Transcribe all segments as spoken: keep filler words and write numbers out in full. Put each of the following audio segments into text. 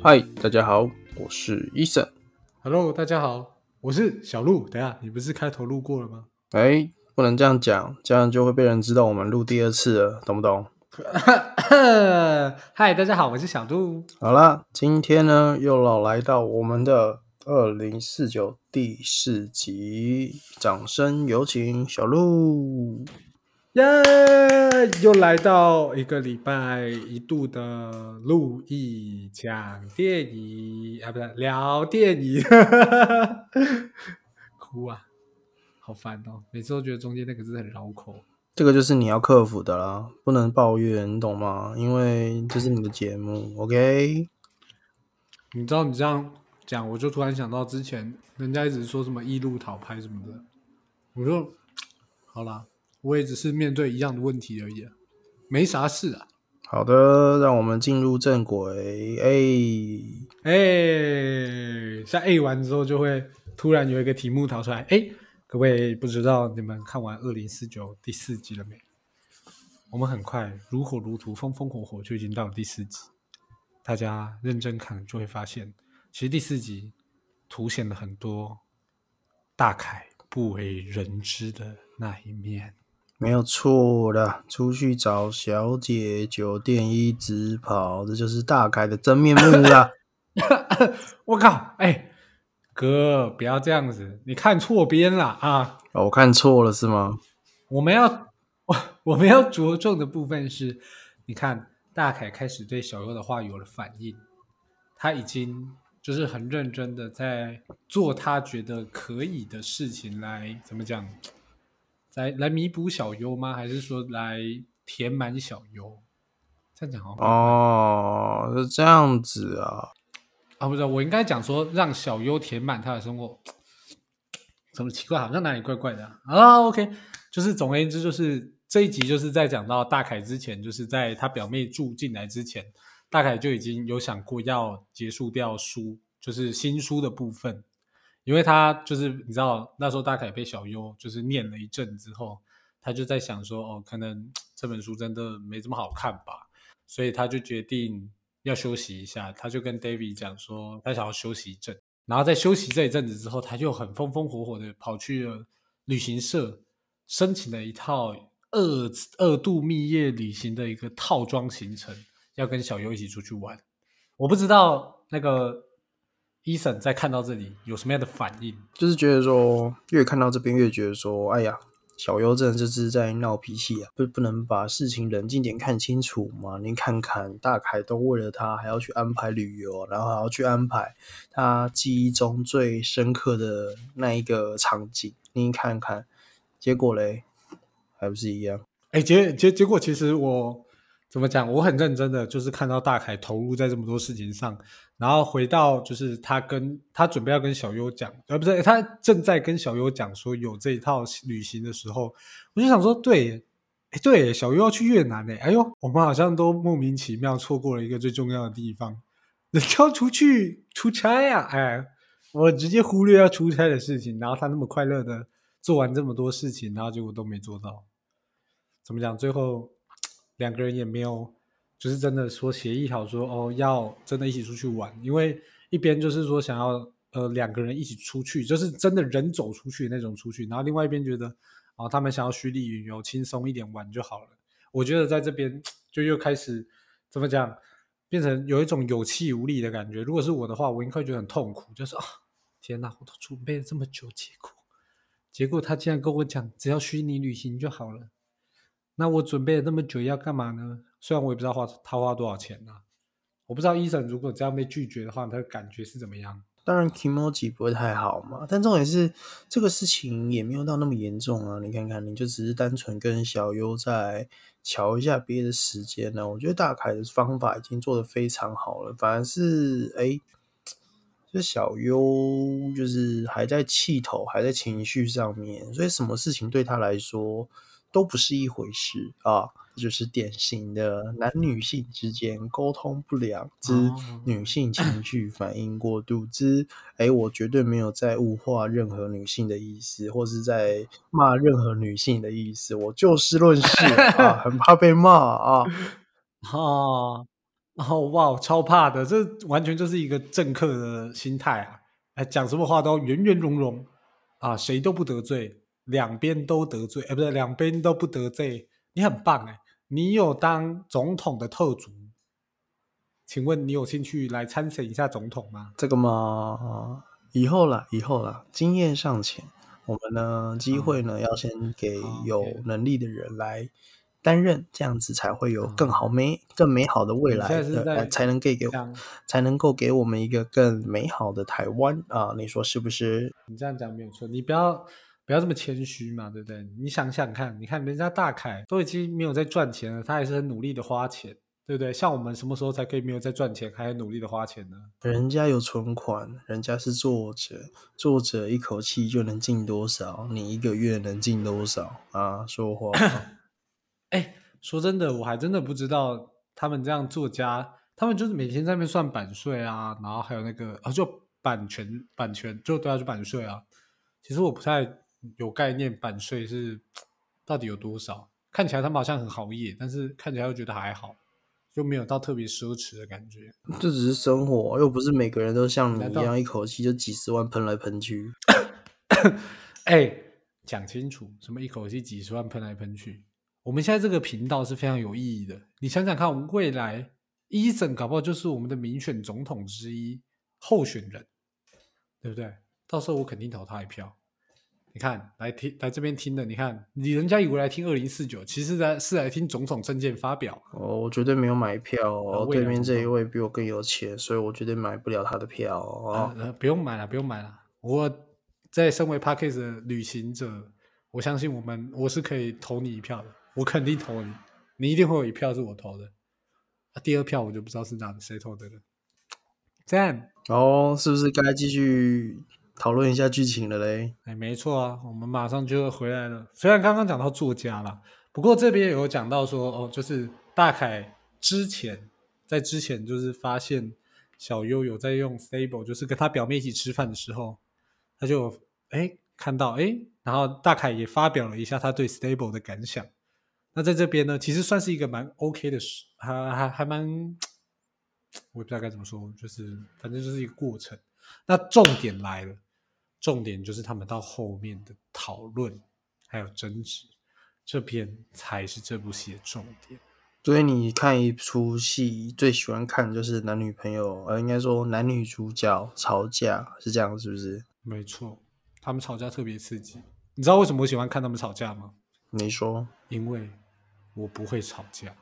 嗨，大家好，我是 Eason。 Hello，大家好，我是小鹿。等一下，你不是开头录过了吗？ 哎，不能这样讲，这样就会被人知道我们录第二次了，懂不懂？ 嗨，大家好，我是小鹿。 好啦，今天呢又老来到我们的二零四九第四集，掌声有请小鹿。 耶、又来到一个礼拜一度的录艺讲电影啊，不是聊电影，哭啊，好烦哦！每次都觉得中间那个字很绕口。 这个就是你要克服的啦，不能抱怨，你懂吗？因为这是你的节目 ，OK？ 你知道你这样讲，我就突然想到之前人家一直说什么一路讨拍什么的，我说好啦，我也只是面对一样的问题而已啊，没啥事啊。 好的，让我们进入正轨。哎， 哎，像 A 完之后就会突然有一个题目逃出来。哎，各位不知道你们看完二零四九第四集了没？我们很快如火如荼、风风火火就已经到了第四集。大家认真看就会发现，其实第四集凸显了很多大凯不为人知的那一面。 没有错的，出去找小姐，酒店一直跑，这就是大凯的真面目啦。 我靠！哎，哥，不要这样子，你看错边了啊！ 哦，我看错了是吗？ 我们要我我们要着重的部分是，你看大凯开始对小优的话有了反应，他已经就是很认真的在做他觉得可以的事情来怎么讲，来来弥补小优吗？还是说来填满小优？这样讲好像怪怪的哦，是这样子啊。 啊，不是，我应该讲说让小优填满他的生活。怎么奇怪？好像哪里怪怪的啊啊 OK，就是总而言之，就是这一集就是在讲到大凯之前，就是在他表妹住进来之前，大凯就已经有想过要结束掉书，就是新书的部分，因为他就是你知道那时候大凯被小优就是念了一阵之后，他就在想说哦，可能这本书真的没这么好看吧，所以他就决定要休息一下，他就跟 David 讲说他想要休息一阵。然后在休息这一阵子之后，他就很风风火火的跑去了旅行社，申请了一套二二度蜜月旅行的一个套装行程，要跟小优一起出去玩。我不知道那个 Eason 在看到这里有什么样的反应。 就是觉得说，越看到这边越觉得说，哎呀，小优真的就是在闹脾气啊，不不能把事情冷静点看清楚嘛？你看看大凯都为了他还要去安排旅游，然后还要去安排他记忆中最深刻的那一个场景，你看看，结果嘞，还不是一样？ 哎，结结结果其实我怎么讲？我很认真的，就是看到大凯投入在这么多事情上，然后回到就是他跟他准备要跟小优讲，呃，不是他正在跟小优讲说有这一套旅行的时候，我就想说，对，哎，对，小优要去越南呢，哎呦，我们好像都莫名其妙错过了一个最重要的地方，人家要出去出差呀、啊，哎，我直接忽略要出差的事情，然后他那么快乐的做完这么多事情，然后结果都没做到。怎么讲？最后两个人也没有，就是真的说协议好说哦，要真的一起出去玩，因为一边就是说想要呃两个人一起出去，就是真的人走出去那种出去，然后另外一边觉得哦他们想要虚拟旅游，轻松一点玩就好了。我觉得在这边就又开始怎么讲，变成有一种有气无力的感觉。如果是我的话，我应该觉得很痛苦，就是啊、哦、天哪，我都准备了这么久，结果结果他竟然跟我讲只要虚拟旅行就好了。那我准备了那么久要干嘛呢？虽然我也不知道花他花多少钱啊，我不知道医生如果这样被拒绝的话，他的感觉是怎么样？ 当然 Kimoji 不会太好嘛，但重点是这个事情也没有到那么严重啊。你看看，你就只是单纯跟小优在瞧一下别的时间呢。我觉得大凯的方法已经做得非常好了，反而是哎，就小优就是还在气头，还在情绪上面，所以什么事情对他来说都不是一回事啊。这就是典型的男女性之间沟通不良之哦， 女性情绪反应过度之，哎，我绝对没有在物化任何女性的意思，或是在骂任何女性的意思，我就事论事啊，很怕被骂啊。 哦， 哦哇，超怕的，这完全就是一个政客的心态啊！哎，讲什么话都圆圆融融啊，谁都不得罪，两边都得罪，哎，不对，两边都不得罪，你很棒哎！你有当总统的特助，请问你有兴趣来参选一下总统吗？ 这个嘛，以后啦，以后啦，经验尚浅，我们呢，机会嗯， 呢，要先给好有 ，OK， 能力的人来担任，这样子才会有更好嗯， 美、更美好的未你现来的，呃， 在是在才能给给， 讲， 才能够给我们一个更美好的台湾啊，你说是不是？ 你这样讲没有错，你不要不要这么谦虚嘛，对不对？你想想看，你看人家大凯都已经没有在赚钱了，他还是很努力的花钱，对不对？像我们什么时候才可以没有在赚钱，还很努力的花钱呢？ 人家有存款，人家是作者，作者一口气就能进多少？你一个月能进多少啊？说话。 哎，说真的，我还真的不知道他们这样作家，他们就是每天在那边算版税啊，然后还有那个啊，就版权版权就对啊，就版税啊。其实我不太有概念，版税是到底有多少？看起来他们好像很豪野，但是看起来又觉得还好，就没有到特别奢侈的感觉。 这只是生活，又不是每个人都像你一样， 难道？ 一口气就几十万喷来喷去。 哎，讲清楚，什么一口气几十万喷来喷去？我们现在这个频道是非常有意义的。你想想看，我们未来伊森搞不好就是我们的民选总统之一候选人，对不对？到时候我肯定投他一票。你看，来听来这边听的，你看，你人家以为来听二零四九，其实来是来听总统政见发表哦，我绝对没有买票哦， 啊，未对面这一来总统位比我更有钱，所以我绝对买不了他的票啊、 哦。 呃，不用买了，不用买了。我在身为 Parkes 的旅行者，我相信我们我是可以投你一票的，我肯定投你，你一定会有一票是我投的，啊、第二票我就不知道是哪谁投的了。赞， 哦，是不是该继续讨论一下剧情了嘞？ 哎，没错啊，我们马上就要回来了。虽然刚刚讲到作家啦，不过这边有讲到说，哦，就是大凯之前在之前就是发现小优有在用 Stable，就是跟他表妹一起吃饭的时候，他就哎看到哎，然后大凯也发表了一下他对 Stable 的感想。那在这边呢，其实算是一个蛮 OK 的事，还还还蛮，我也不知道该怎么说，就是反正就是一个过程。那重点来了，重点就是他们到后面的讨论还有争执，这边才是这部戏的重点。 所以你看一出戏，最喜欢看的就是男女朋友，呃，应该说男女主角吵架，是这样是不是？ 没错，他们吵架特别刺激。你知道为什么我喜欢看他们吵架吗？ 你说？ 因为我不会吵架。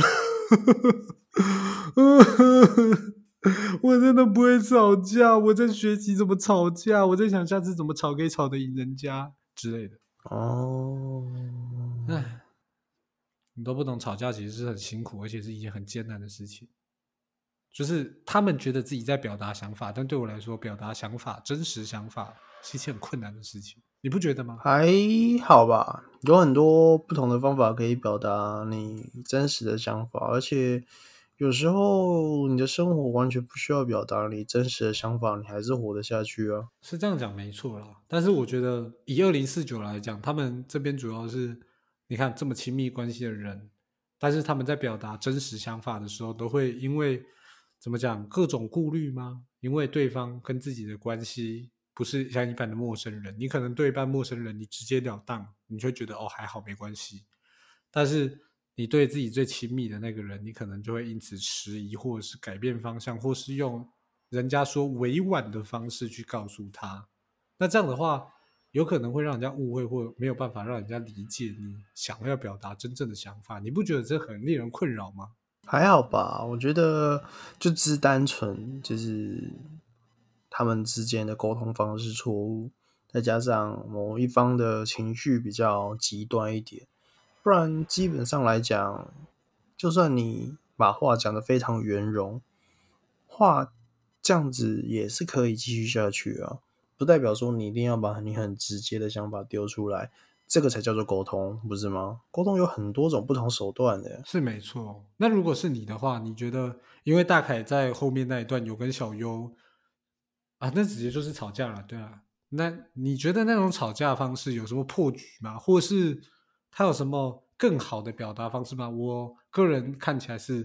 我真的不会吵架，我在学习怎么吵架，我在想下次怎么吵可以吵得赢人家之类的。 哦， 唉，你都不懂吵架其实是很辛苦，而且是一件很艰难的事情。就是他们觉得自己在表达想法，但对我来说，表达想法、真实想法是一件很困难的事情，你不觉得吗？ 还好吧，有很多不同的方法可以表达你真实的想法，而且有时候你的生活完全不需要表达你真实的想法，你还是活得下去啊。 是这样讲没错啦，但是我觉得以二零四九来讲，他们这边主要是你看这么亲密关系的人，但是他们在表达真实想法的时候，都会因为怎么讲各种顾虑吗？因为对方跟自己的关系不是像一般的陌生人，你可能对一般陌生人你直截了当，你就会觉得哦还好没关系，但是你对自己最亲密的那个人，你可能就会因此迟疑，或者是改变方向，或是用人家说委婉的方式去告诉他。那这样的话，有可能会让人家误会，或没有办法让人家理解你想要表达真正的想法。你不觉得这很令人困扰吗？ 还好吧，我觉得就只单纯就是他们之间的沟通方式错误，再加上某一方的情绪比较极端一点，不然基本上来讲，就算你把话讲得非常圆融，话这样子也是可以继续下去啊，不代表说你一定要把你很直接的想法丢出来，这个才叫做沟通，不是吗？沟通有很多种不同手段的。 是没错。那如果是你的话，你觉得，因为大凯在后面那一段有跟小优啊，那直接就是吵架了，对啊。那你觉得那种吵架方式有什么破局吗？或是他有什么更好的表达方式吗？我个人看起来是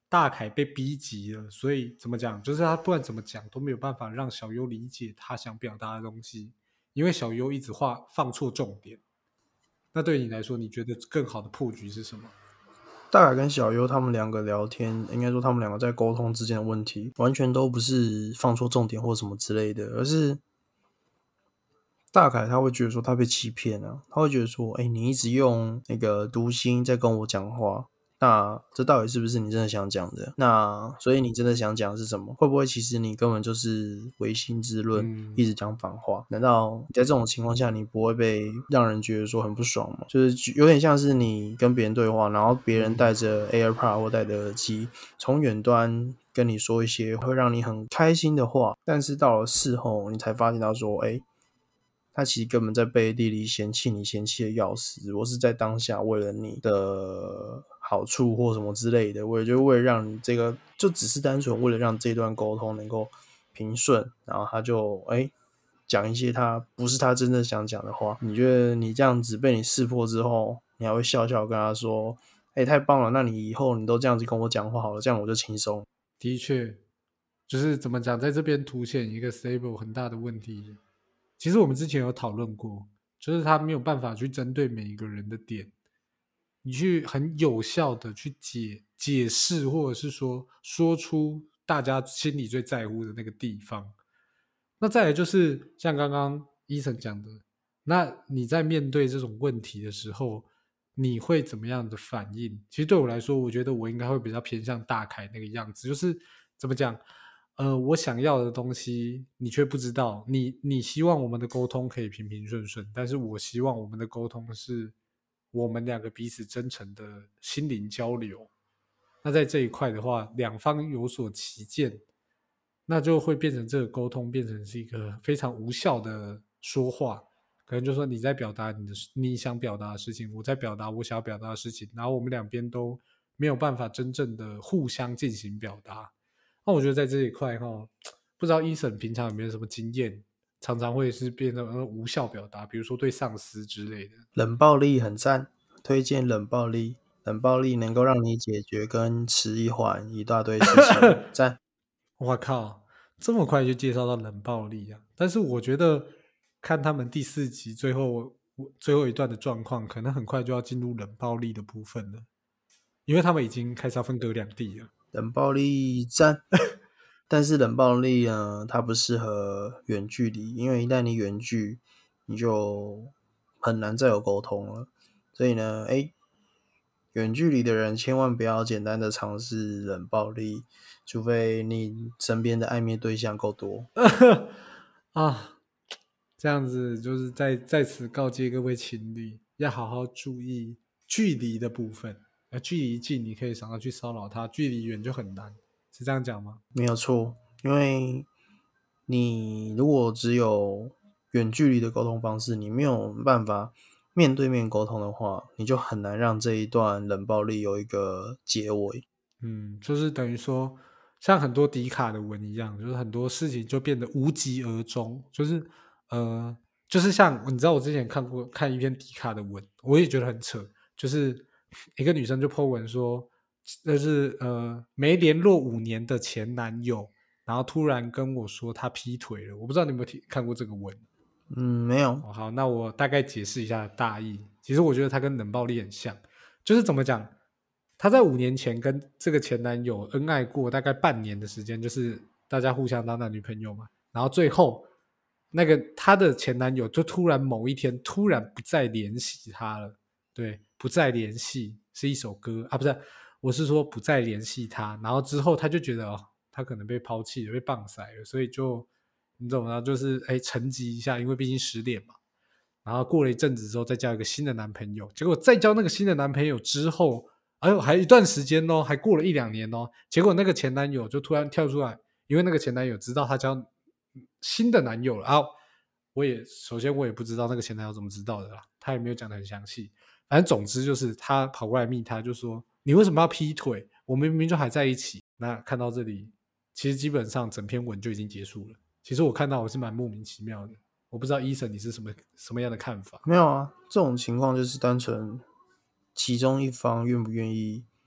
大凯被逼急了，所以怎么讲，就是他不管怎么讲都没有办法让小优理解他想表达的东西，因为小优一直画放错重点。那对你来说，你觉得更好的破局是什么？ 大凯跟小优他们两个聊天，应该说他们两个在沟通之间的问题，完全都不是放错重点或什么之类的，而是大凯他会觉得说他被欺骗了，他会觉得说，哎、欸，你一直用那个读心在跟我讲话，那这到底是不是你真的想讲的？那所以你真的想讲的是什么？会不会其实你根本就是唯心之论， 嗯， 一直讲反话？难道在这种情况下，你不会被让人觉得说很不爽吗？就是有点像是你跟别人对话，然后别人带着 AirPod 或带着耳机，从远端跟你说一些会让你很开心的话，但是到了事后，你才发现到说，哎、欸。他其实根本在背地里嫌弃你，嫌弃的要死。我是在当下为了你的好处或什么之类的，我也就为了让你这个，就只是单纯为了让这段沟通能够平顺，然后他就哎讲一些他不是他真正想讲的话。你觉得你这样子被你识破之后，你还会笑笑跟他说：“哎，太棒了！那你以后你都这样子跟我讲话好了，这样我就轻松。” 的确，就是怎么讲，在这边凸显一个 Stable 很大的问题。其实我们之前有讨论过，就是他没有办法去针对每一个人的点，你去很有效的去解解释，或者是说说出大家心里最在乎的那个地方。那再来就是像刚刚医生讲的，那你在面对这种问题的时候，你会怎么样的反应？其实对我来说，我觉得我应该会比较偏向大凯那个样子，就是怎么讲？呃，我想要的东西你却不知道，你你希望我们的沟通可以平平顺顺，但是我希望我们的沟通是我们两个彼此真诚的心灵交流。那在这一块的话，两方有所歧见，那就会变成这个沟通变成是一个非常无效的说话。可能就说你在表达你的你想表达的事情，我在表达我想要表达的事情，然后我们两边都没有办法真正的互相进行表达。那我觉得在这一块哈，不知道医生平常有没有什么经验，常常会是变成无效表达，比如说对上司之类的。 冷暴力很赞，推荐冷暴力，冷暴力能够让你解决跟迟一缓一大堆事情，赞。 我靠，这么快就介绍到冷暴力啊！但是我觉得看他们第四集最后最后一段的状况，可能很快就要进入冷暴力的部分了，因为他们已经开始要分隔两地了。 冷暴力赞，但是冷暴力呢，它不适合远距离，因为一旦你远距，你就很难再有沟通了。所以呢，哎，远距离的人千万不要简单的尝试冷暴力，除非你身边的暧昧对象够多。 啊，这样子就是在在此告诫各位情侣，要好好注意距离的部分。呃，距离近你可以想要去骚扰他，距离远就很难，是这样讲吗？ 没有错，因为你如果只有远距离的沟通方式，你没有办法面对面沟通的话，你就很难让这一段冷暴力有一个结尾。 嗯，就是等于说，像很多迪卡的文一样，就是很多事情就变得无疾而终。就是呃，就是像你知道，我之前看过看一篇迪卡的文，我也觉得很扯。就是一个女生就 po 文说，就是呃没联络五年的前男友，然后突然跟我说他劈腿了。我不知道你有没有听看过这个文？ 嗯，没有。 哦，好，那我大概解释一下大意。其实我觉得他跟冷暴力很像，就是怎么讲，他在五年前跟这个前男友恩爱过大概半年的时间，就是大家互相当男女朋友嘛。然后最后那个他的前男友就突然某一天突然不再联系他了，对，不再联系是一首歌啊，不是，我是说不再联系他。然后之后他就觉得哦，他可能被抛弃了，被棒塞了，所以就你懂吗？就是哎沉寂一下，因为毕竟失恋嘛。然后过了一阵子之后，再交一个新的男朋友。结果再交那个新的男朋友之后，哎呦，还一段时间哦，还过了一两年哦。结果那个前男友就突然跳出来，因为那个前男友知道他交新的男友了啊。我也首先我也不知道那个前男友怎么知道的啦，他也没有讲得很详细。反正总之就是他跑过来密他，就说你为什么要劈腿？我们明明就还在一起。那看到这里，其实基本上整篇文就已经结束了。其实我看到我是蛮莫名其妙的。我不知道伊森你是什么什么样的看法？ 没有啊，这种情况就是单纯其中一方愿不愿意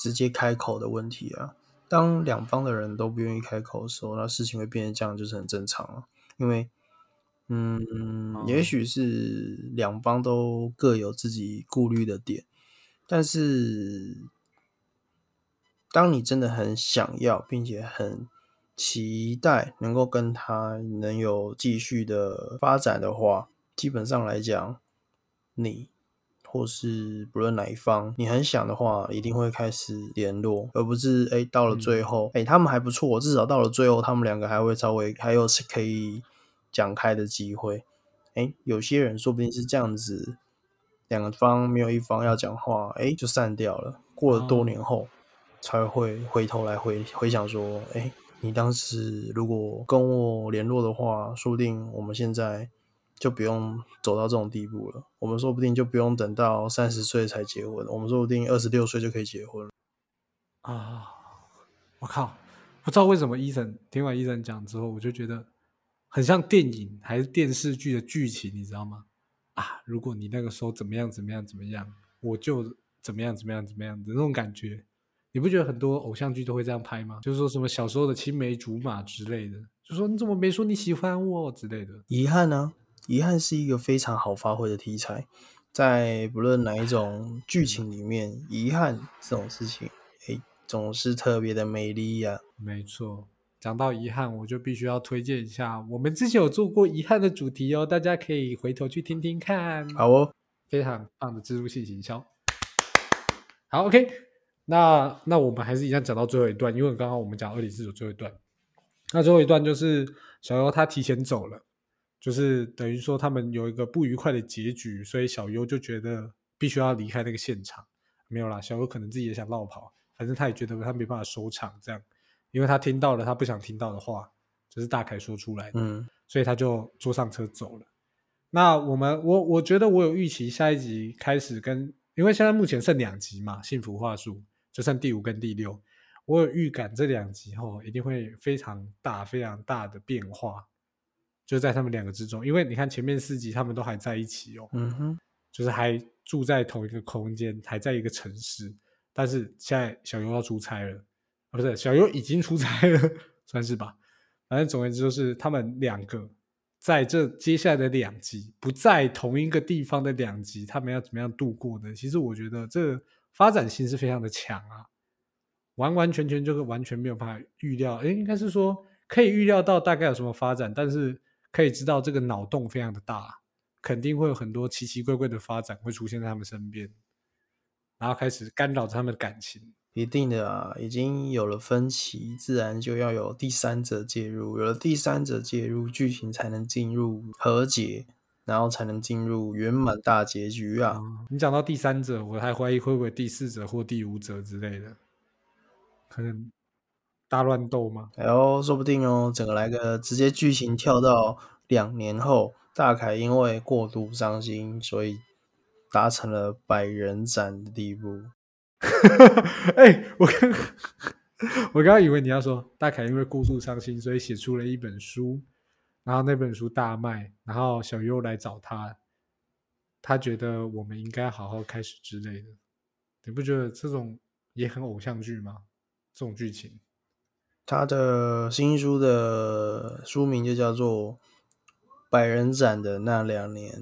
直接开口的问题啊。当两方的人都不愿意开口的时候，那事情会变成这样，就是很正常啊。因为，嗯，也哦， 许是两方都各有自己顾虑的点，但是当你真的很想要，并且很期待能够跟他能有继续的发展的话，基本上来讲，你或是不论哪一方，你很想的话，一定会开始联络，而不是哎到了最嗯， 后，哎他们还不错，至少到了最后，他们两个还会稍微还有是可以讲开的机会。哎，有些人说不定是这样子，两个方没有一方要讲话，哎就散掉了。过了多哦， 年后，才会回头来回回想说，哎，你当时如果跟我联络的话，说不定我们现在就不用走到这种地步了。我们说不定就不用等到三十岁才结婚，我们说不定二十六岁就可以结婚了。 啊，我靠，不知道为什么医生听完医生讲之后，我就觉得很像电影还是电视剧的剧情，你知道吗？啊，如果你那个时候怎么样怎么样怎么样，我就怎么样怎么样怎么样的那种感觉。你不觉得很多偶像剧都会这样拍吗？就是说什么小时候的青梅竹马之类的，就说你怎么没说你喜欢我之类的。 遗憾呢、遗憾是一个非常好发挥的题材，在不论哪一种剧真的， 情里面，遗憾这种事情，哎，总是特别的美丽呀、 没错。讲到遗憾，我就必须要推荐一下，我们之前有做过遗憾的主题哦，大家可以回头去听听看， 好哦， 非常棒的植入性行销。好，OK，那那我们还是一样讲到最后一段，因为刚刚我们讲二零四九最后一段，那最后一段就是小优他提前走了，就是等于说他们有一个不愉快的结局，所以小优就觉得必须要离开那个现场。没有啦，小优可能自己也想绕跑，反正他也觉得他没办法收场这样，因为他听到了他不想听到的话，就是大凯说出来的， 嗯， 所以他就坐上车走了。那我们我我觉得我有预期下一集开始跟，因为现在目前剩两集嘛，幸福话术就剩第五跟第六，我有预感这两集后一定会非常大非常大的变化，就在他们两个之中，因为你看前面四集他们都还在一起哦， 嗯哼， 就是还住在同一个空间，还在一个城市，但是现在小优要出差了，啊、不是小优已经出差了，算是吧。反正总而言之，就是他们两个在这接下来的两集不在同一个地方的两集，他们要怎么样度过呢？其实我觉得这个发展性是非常的强啊，完完全全就是完全没有办法预料，诶，应该是说可以预料到大概有什么发展，但是可以知道这个脑洞非常的大，肯定会有很多奇奇怪怪的发展会出现在他们身边，然后开始干扰着他们的感情。 一定的啊，已经有了分歧，自然就要有第三者介入，有了第三者介入，剧情才能进入和解，然后才能进入圆满大结局啊。 哦，你讲到第三者，我还怀疑会不会第四者或第五者之类的，可能大乱斗吗？ 然后说不定哦，整个来个直接剧情跳到两年后，大凯因为过度伤心，所以达成了百人斩的地步。 哎、我刚我刚刚以为你要说大凯因为过度伤心，所以写出了一本书，然后那本书大卖，然后小优来找他，他觉得我们应该好好开始之类的。你不觉得这种也很偶像剧吗？这种剧情， 他的新书的书名就叫做《百人斩的那两年》。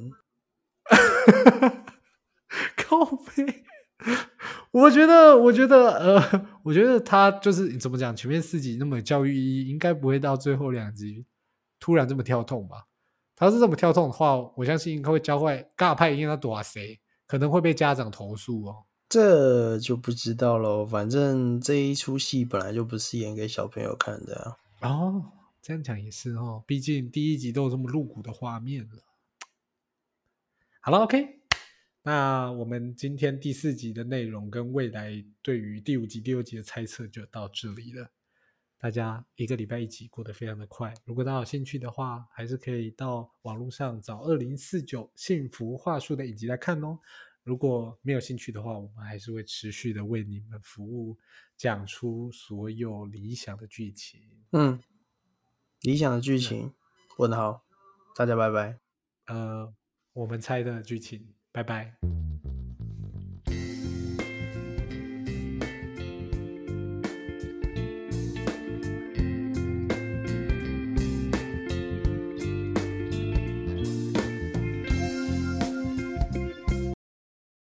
靠背。我觉得，我觉得，呃，我觉得他就是怎么讲，前面四集那么有教育意义，应该不会到最后两集突然这么跳痛吧？他是这么跳痛的话，我相信应该会教坏尬派，应该要躲谁，可能会被家长投诉哦。 这就不知道喽，反正这一出戏本来就不是演给小朋友看的啊。 哦，这样讲也是哦，毕竟第一集都有这么露骨的画面了。好了，OK，那我们今天第四集的内容跟未来对于第五集、第六集的猜测就到这里了。大家一个礼拜一集过得非常的快，如果大家有兴趣的话，还是可以到网络上找二零四九幸福话术的影集来看哦。如果没有兴趣的话，我们还是会持续的为你们服务，讲出所有理想的剧情。 嗯，理想的剧那情，问号，大家拜拜。 呃，我们猜的剧情，拜拜。